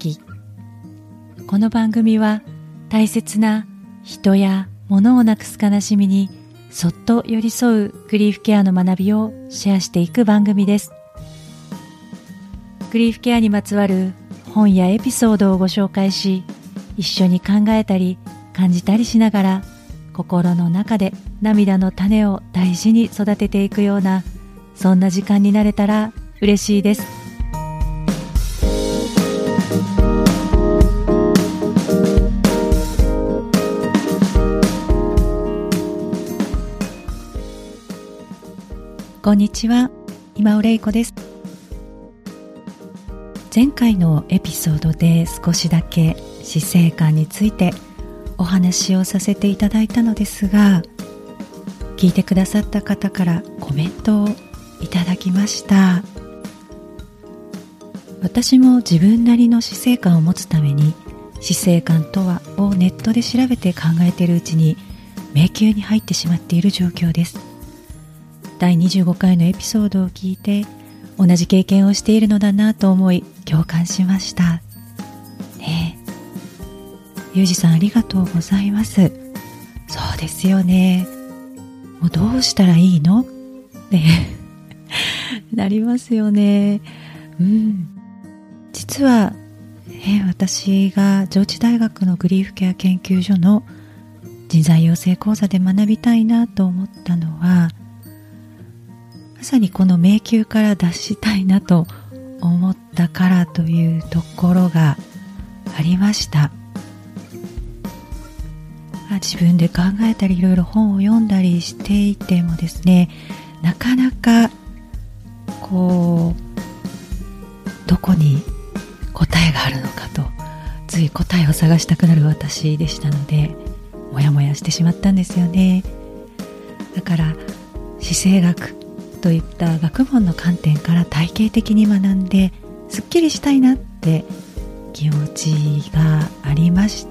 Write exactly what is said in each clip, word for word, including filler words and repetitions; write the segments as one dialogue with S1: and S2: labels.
S1: き。この番組は大切な人や物をなくす悲しみにそっと寄り添うグリーフケアの学びをシェアしていく番組です。グリーフケアにまつわる本やエピソードをご紹介し、一緒に考えたり感じたりしながら、心の中で涙の種を大事に育てていくような、そんな時間になれたら嬉しいです。こんにちは、今尾玲子です。前回のエピソードで少しだけ死生観についてお話をさせていただいたのですが、聞いてくださった方からコメントをいただきました。私も自分なりの死生観を持つために、死生観とはをネットで調べて考えているうちに迷宮に入ってしまっている状況です。だいにじゅうごかいのエピソードを聞いて、同じ経験をしているのだなと思い共感しましたね。えゆうじさん、ありがとうございます。そうですよね。もうどうしたらいいのってなりますよね。うん。実は、え私が上智大学のグリーフケア研究所の人材養成講座で学びたいなと思ったのは、まさにこの迷宮から脱したいなと思ったからというところがありました。自分で考えたりいろいろ本を読んだりしていてもですね、なかなかこうどこに答えがあるのかと、つい答えを探したくなる私でしたので、もやもやしてしまったんですよね。だから死生学といった学問の観点から体系的に学んですっきりしたいなって気持ちがありました。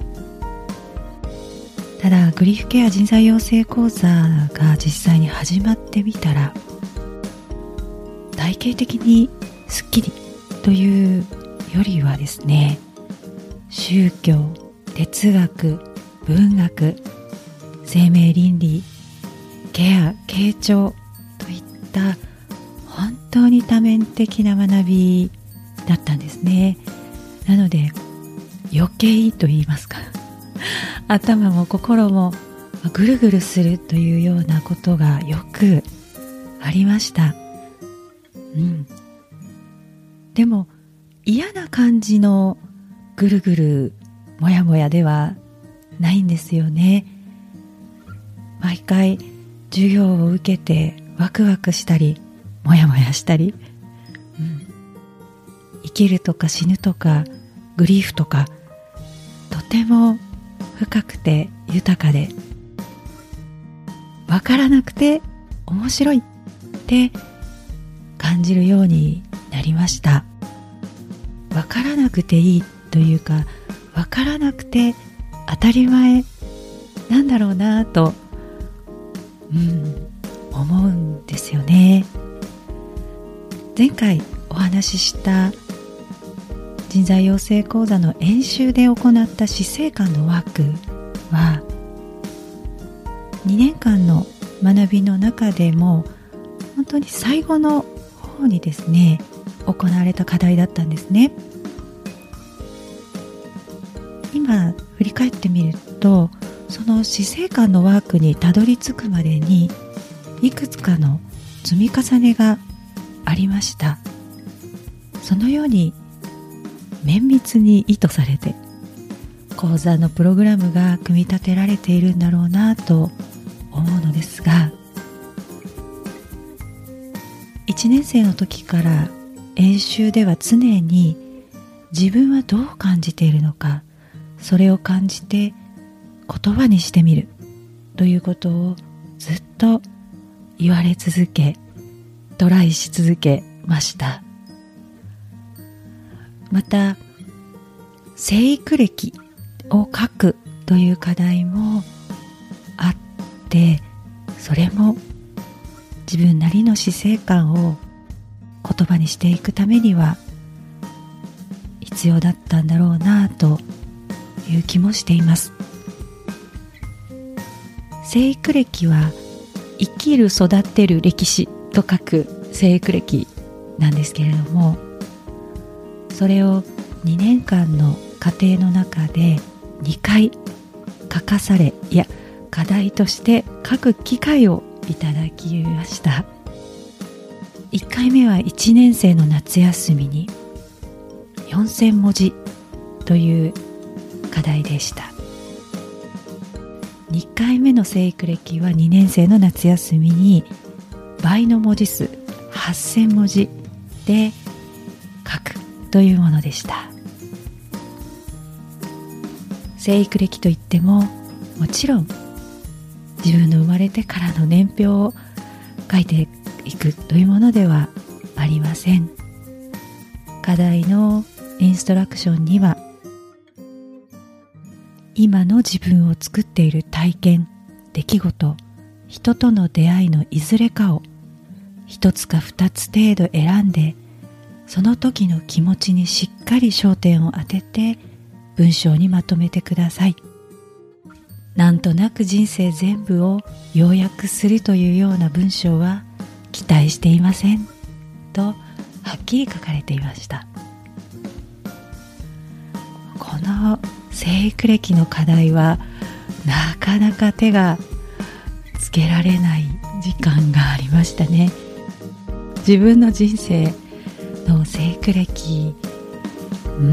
S1: ただグリーフケア人材養成講座が実際に始まってみたら、体系的にすっきりというよりはですね、宗教、哲学、文学、生命倫理、ケア、傾聴といった本当に多面的な学びだったんですね。なので余計と言いますか頭も心もぐるぐるするというようなことがよくありました。うん。でも嫌な感じのぐるぐるもやもやではないんですよね。毎回授業を受けてワクワクしたりもやもやしたり、うん、生きるとか死ぬとかグリーフとか、とても深くて豊かで、わからなくて面白いって感じるようになりました。わからなくていいというか、わからなくて当たり前なんだろうなと、うん、思うんですよね。前回お話しした人材養成講座の演習で行った死生観のワークは、にねんかんの学びの中でも本当に最後の方にですね、行われた課題だったんですね。今振り返ってみると、その死生観のワークにたどり着くまでにいくつかの積み重ねがありました。そのように綿密に意図されて講座のプログラムが組み立てられているんだろうなと思うのですが、いちねん生の時から演習では常に自分はどう感じているのか、それを感じて言葉にしてみるということをずっと言われ続け、トライし続けました。また生育歴を書くという課題もあって、それも自分なりの死生観を言葉にしていくためには必必要だったんだろうなという気もしています。生育歴は生きる育てる歴史と書く生育歴なんですけれども、それをにねんかんの過程の中でにかい書かされ、いや課題として書く機会をいただきました。いっかいめはいちねん生の夏休みによんせんもじという課題でした。にかいめの生育歴はにねん生の夏休みに倍の文字数はっせんもじで書くというものでした。生育歴といってももちろん自分の生まれてからの年表を書いていくというものではありません。課題のインストラクションには今の自分を作っている体験、出来事、人との出会いのいずれかを一つか二つ程度選んで、その時の気持ちにしっかり焦点を当てて文章にまとめてください。なんとなく人生全部を要約するというような文章は期待していませんとはっきり書かれていました。この生育歴の課題はなかなか手がつけられない時間がありましたね。自分の人生の生育歴、うん、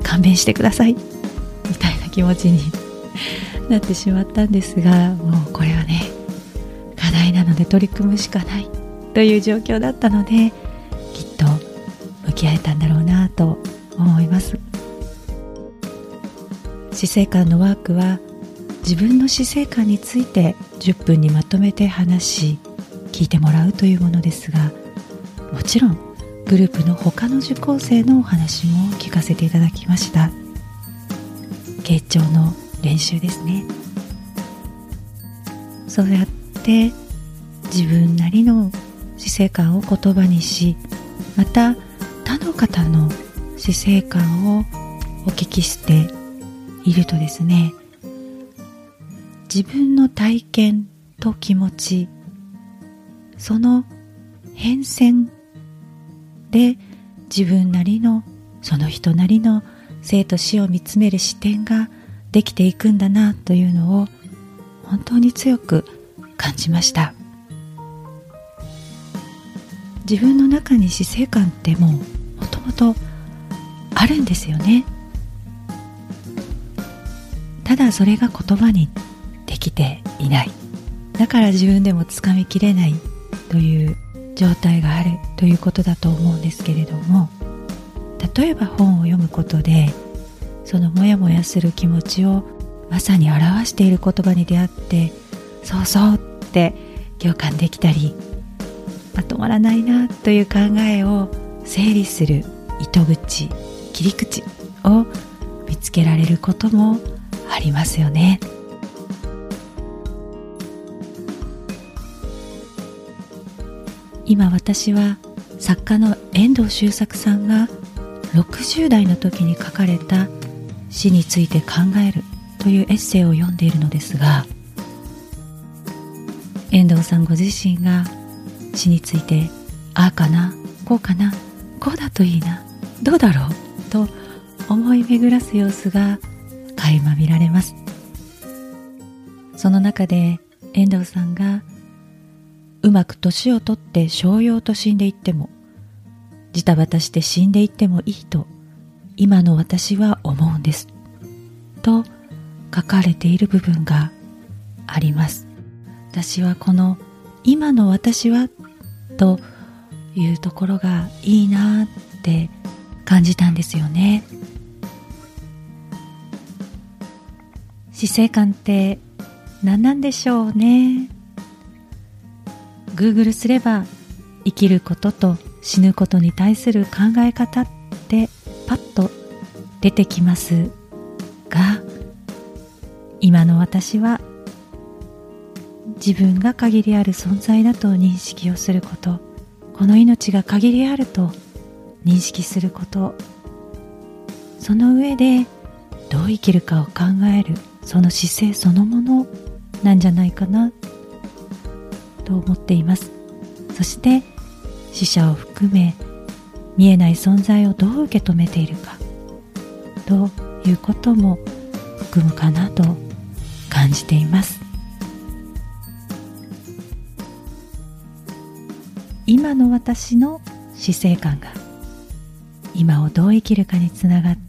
S1: 勘弁してくださいみたいな気持ちになってしまったんですが、もうこれはね課題なので取り組むしかないという状況だったので、きっと向き合えたんだろうなと思います。死生観のワークは自分の死生観についてじゅっぷんにまとめて話し聞いてもらうというものですが、もちろんグループの他の受講生のお話も聞かせていただきました。傾聴の練習ですね。そうやって自分なりの死生観を言葉にし、また他の方の死生観をお聞きしているとですね、自分の体験と気持ち、その変遷で自分なりのその人なりの生と死を見つめる視点ができていくんだなというのを本当に強く感じました。自分の中に死生観ってももともとあるんですよね。ただそれが言葉にできていない、だから自分でもつかみきれないという状態があるということだと思うんですけれども、例えば本を読むことでそのモヤモヤする気持ちをまさに表している言葉に出会って、そうそうって共感できたり、まとまらないなという考えを整理する糸口、切り口を見つけられることもありますよね。今私は作家の遠藤周作さんがろくじゅう代の時に書かれた死について考えるというエッセイを読んでいるのですが、遠藤さんご自身が死についてああかな、こうかな、こうだといいな、どうだろうと思い巡らす様子が垣間見られます。その中で遠藤さんが、うまく年をとって商用と死んでいっても、ジタバタして死んでいってもいいと今の私は思うんですと書かれている部分があります。私はこの今の私はというところがいいなって感じたんですよね。死生観って何なんでしょうね。Google すれば生きることと死ぬことに対する考え方ってパッと出てきますが、今の私は自分が限りある存在だと認識をすること、この命が限りあると認識すること、 その上でどう生きるかを考える、その姿勢そのものなんじゃないかなと思っています。そして死者を含め見えない存在をどう受け止めているかということも含むかなと感じています。今の私の死生観が今をどう生きるかにつながって、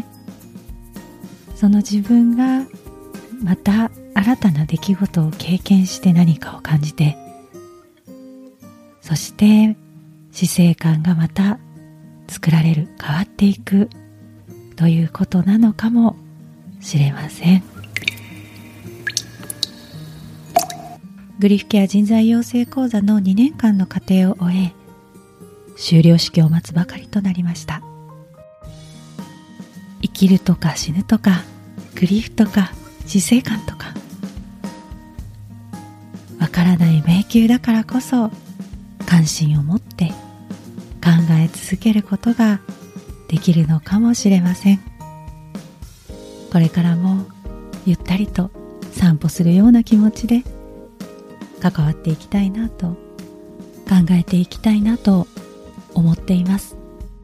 S1: その自分がまた新たな出来事を経験して何かを感じて、そして死生観がまた作られる、変わっていくということなのかもしれません。グリフケア人材養成講座のにねんかんの課程を終え、修了式を待つばかりとなりました。生きるとか死ぬとかグリフとか死生観とかわからない迷宮だからこそ、関心を持って考え続けることができるのかもしれません。これからもゆったりと散歩するような気持ちで関わっていきたいなと、考えていきたいなと思っています。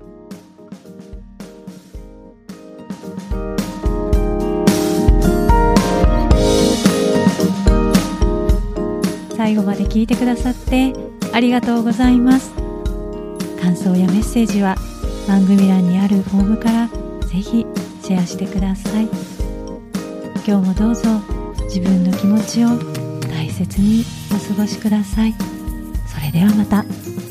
S1: 最後まで聞いてくださってありがとうございます。感想やメッセージは番組欄にあるフォームからぜひシェアしてください。今日もどうぞ自分の気持ちを大切にお過ごしください。それではまた。